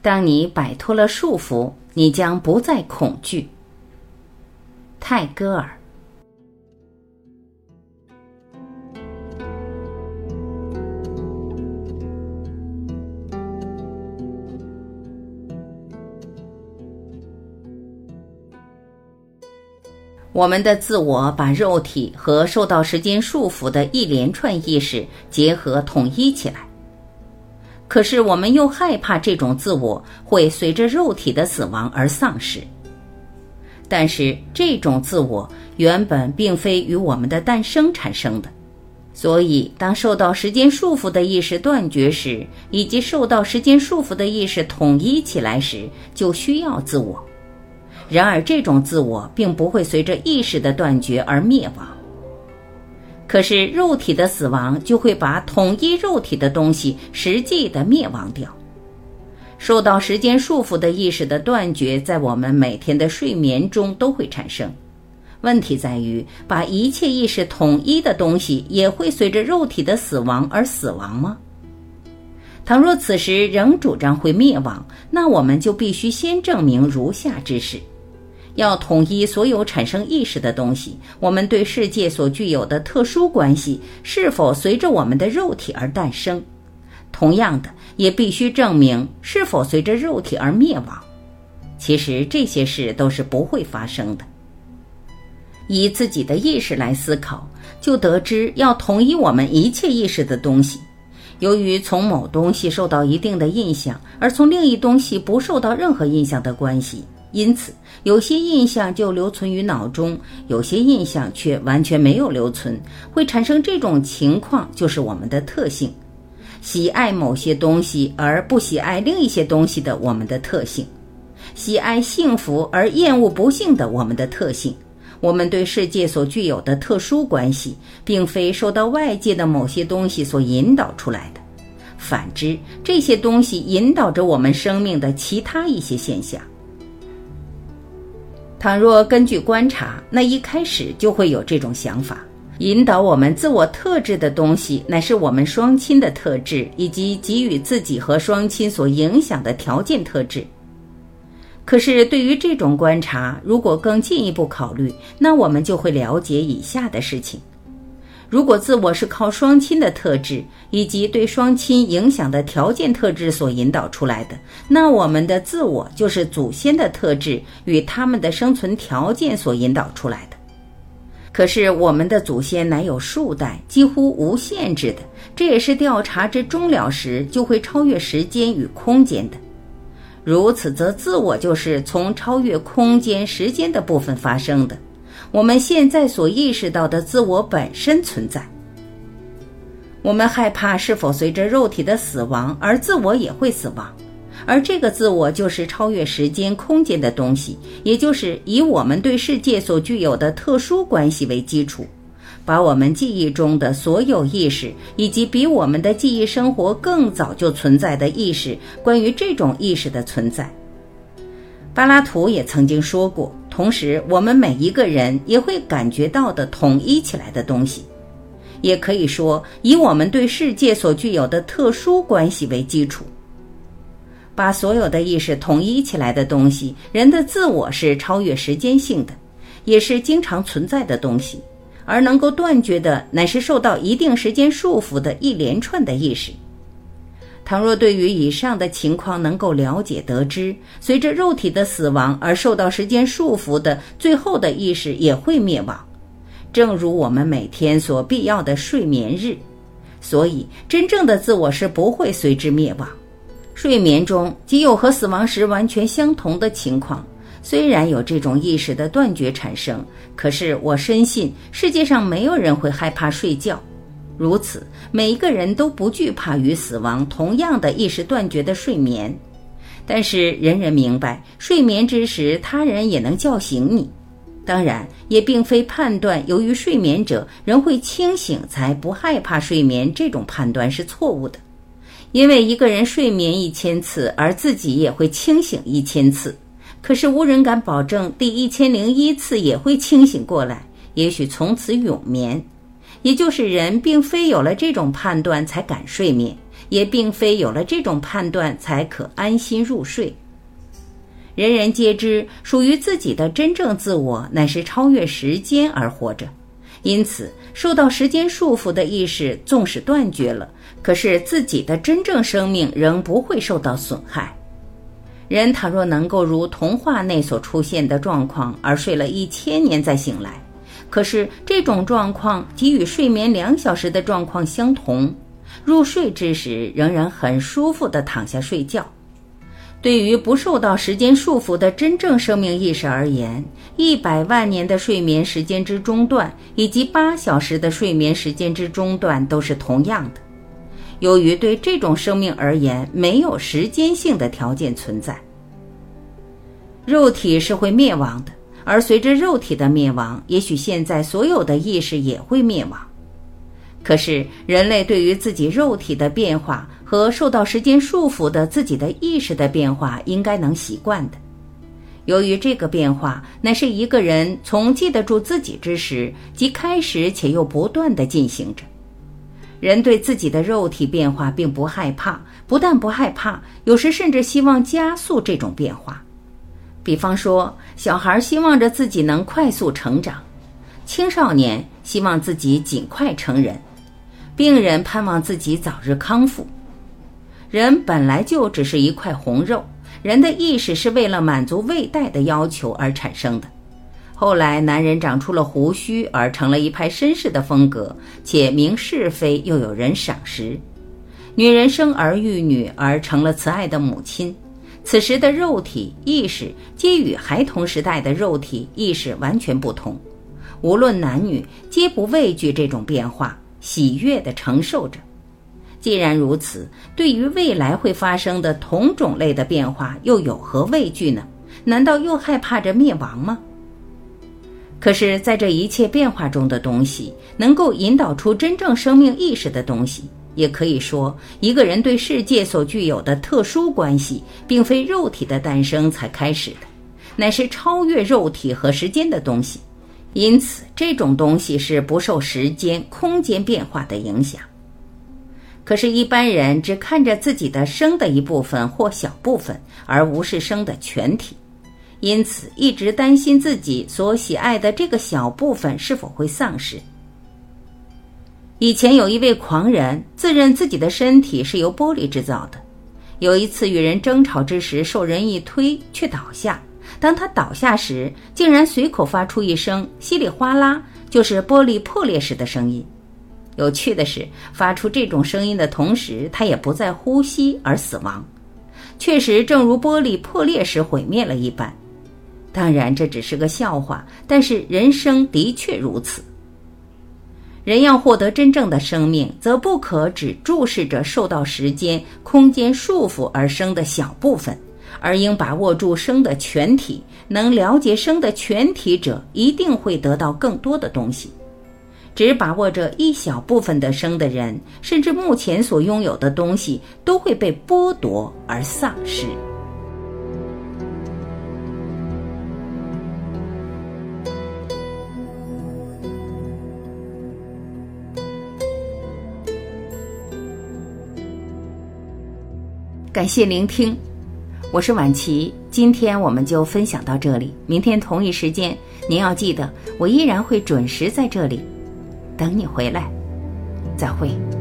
当你摆脱了束缚，你将不再恐惧。泰戈尔。我们的自我把肉体和受到时间束缚的一连串意识结合统一起来，可是我们又害怕这种自我会随着肉体的死亡而丧失。但是这种自我原本并非与我们的诞生产生的，所以当受到时间束缚的意识断绝时，以及受到时间束缚的意识统一起来时，就需要自我。然而这种自我并不会随着意识的断绝而灭亡。可是肉体的死亡就会把统一肉体的东西实际的灭亡掉。受到时间束缚的意识的断绝在我们每天的睡眠中都会产生。问题在于把一切意识统一的东西也会随着肉体的死亡而死亡吗？倘若此时仍主张会灭亡，那我们就必须先证明如下之事。要统一所有产生意识的东西，我们对世界所具有的特殊关系是否随着我们的肉体而诞生？同样的，也必须证明是否随着肉体而灭亡。其实这些事都是不会发生的。以自己的意识来思考，就得知要统一我们一切意识的东西。由于从某东西受到一定的印象，而从另一东西不受到任何印象的关系，因此有些印象就留存于脑中，有些印象却完全没有留存。会产生这种情况就是我们的特性，喜爱某些东西而不喜爱另一些东西的我们的特性，喜爱幸福而厌恶不幸的我们的特性。我们对世界所具有的特殊关系并非受到外界的某些东西所引导出来的，反之，这些东西引导着我们生命的其他一些现象。倘若根据观察，那一开始就会有这种想法，引导我们自我特质的东西乃是我们双亲的特质，以及给予自己和双亲所影响的条件特质。可是对于这种观察，如果更进一步考虑，那我们就会了解以下的事情。如果自我是靠双亲的特质以及对双亲影响的条件特质所引导出来的，那我们的自我就是祖先的特质与他们的生存条件所引导出来的。可是我们的祖先乃有数代，几乎无限制的，这也是调查之终了时就会超越时间与空间的。如此则自我就是从超越空间时间的部分发生的，我们现在所意识到的自我本身存在。我们害怕是否随着肉体的死亡而自我也会死亡，而这个自我就是超越时间空间的东西，也就是以我们对世界所具有的特殊关系为基础，把我们记忆中的所有意识以及比我们的记忆生活更早就存在的意识，关于这种意识的存在。柏拉图也曾经说过，同时我们每一个人也会感觉到的统一起来的东西，也可以说以我们对世界所具有的特殊关系为基础。把所有的意识统一起来的东西，人的自我是超越时间性的，也是经常存在的东西，而能够断绝的乃是受到一定时间束缚的一连串的意识。倘若对于以上的情况能够了解得知，随着肉体的死亡而受到时间束缚的最后的意识也会灭亡，正如我们每天所必要的睡眠日。所以真正的自我是不会随之灭亡。睡眠中即有和死亡时完全相同的情况，虽然有这种意识的断绝产生，可是我深信世界上没有人会害怕睡觉。如此，每一个人都不惧怕与死亡同样的意识断绝的睡眠。但是人人明白，睡眠之时他人也能叫醒你。当然，也并非判断由于睡眠者仍会清醒才不害怕睡眠，这种判断是错误的。因为一个人睡眠1000次，而自己也会清醒1000次，可是无人敢保证第1001次也会清醒过来，也许从此永眠。也就是人并非有了这种判断才敢睡眠， 也并非有了这种判断才可安心入睡。人人皆知，属于自己的真正自我乃是超越时间而活着，因此受到时间束缚的意识纵使断绝了，可是自己的真正生命仍不会受到损害。人倘若能够如童话内所出现的状况而睡了1000年再醒来，可是这种状况即与睡眠2小时的状况相同，入睡之时仍然很舒服地躺下睡觉。对于不受到时间束缚的真正生命意识而言，100万年的睡眠时间之中断以及8小时的睡眠时间之中断都是同样的。由于对这种生命而言没有时间性的条件存在，肉体是会灭亡的，而随着肉体的灭亡，也许现在所有的意识也会灭亡。可是人类对于自己肉体的变化和受到时间束缚的自己的意识的变化应该能习惯的。由于这个变化乃是一个人从记得住自己之时即开始且又不断地进行着。人对自己的肉体变化并不害怕，不但不害怕，有时甚至希望加速这种变化。比方说，小孩希望着自己能快速成长，青少年希望自己尽快成人，病人盼望自己早日康复。人本来就只是一块红肉，人的意识是为了满足胃袋的要求而产生的。后来男人长出了胡须而成了一派绅士的风格，且明是非又有人赏识。女人生儿育女而成了慈爱的母亲。此时的肉体意识皆与孩童时代的肉体意识完全不同，无论男女皆不畏惧这种变化，喜悦地承受着。既然如此，对于未来会发生的同种类的变化又有何畏惧呢？难道又害怕着灭亡吗？可是在这一切变化中的东西，能够引导出真正生命意识的东西，也可以说一个人对世界所具有的特殊关系并非肉体的诞生才开始的，乃是超越肉体和时间的东西，因此这种东西是不受时间空间变化的影响。可是一般人只看着自己的生的一部分或小部分，而无视生的全体，因此一直担心自己所喜爱的这个小部分是否会丧失。以前有一位狂人自认自己的身体是由玻璃制造的，有一次与人争吵之时受人一推却倒下，当他倒下时竟然随口发出一声稀里哗啦，就是玻璃破裂时的声音。有趣的是，发出这种声音的同时他也不再呼吸而死亡，确实正如玻璃破裂时毁灭了一般。当然这只是个笑话，但是人生的确如此。人要获得真正的生命，则不可只注视着受到时间空间束缚而生的小部分，而应把握住生的全体。能了解生的全体者一定会得到更多的东西。只把握着一小部分的生的人，甚至目前所拥有的东西都会被剥夺而丧失。感谢聆听，我是婉琪，今天我们就分享到这里，明天同一时间您要记得，我依然会准时在这里等你回来，再会。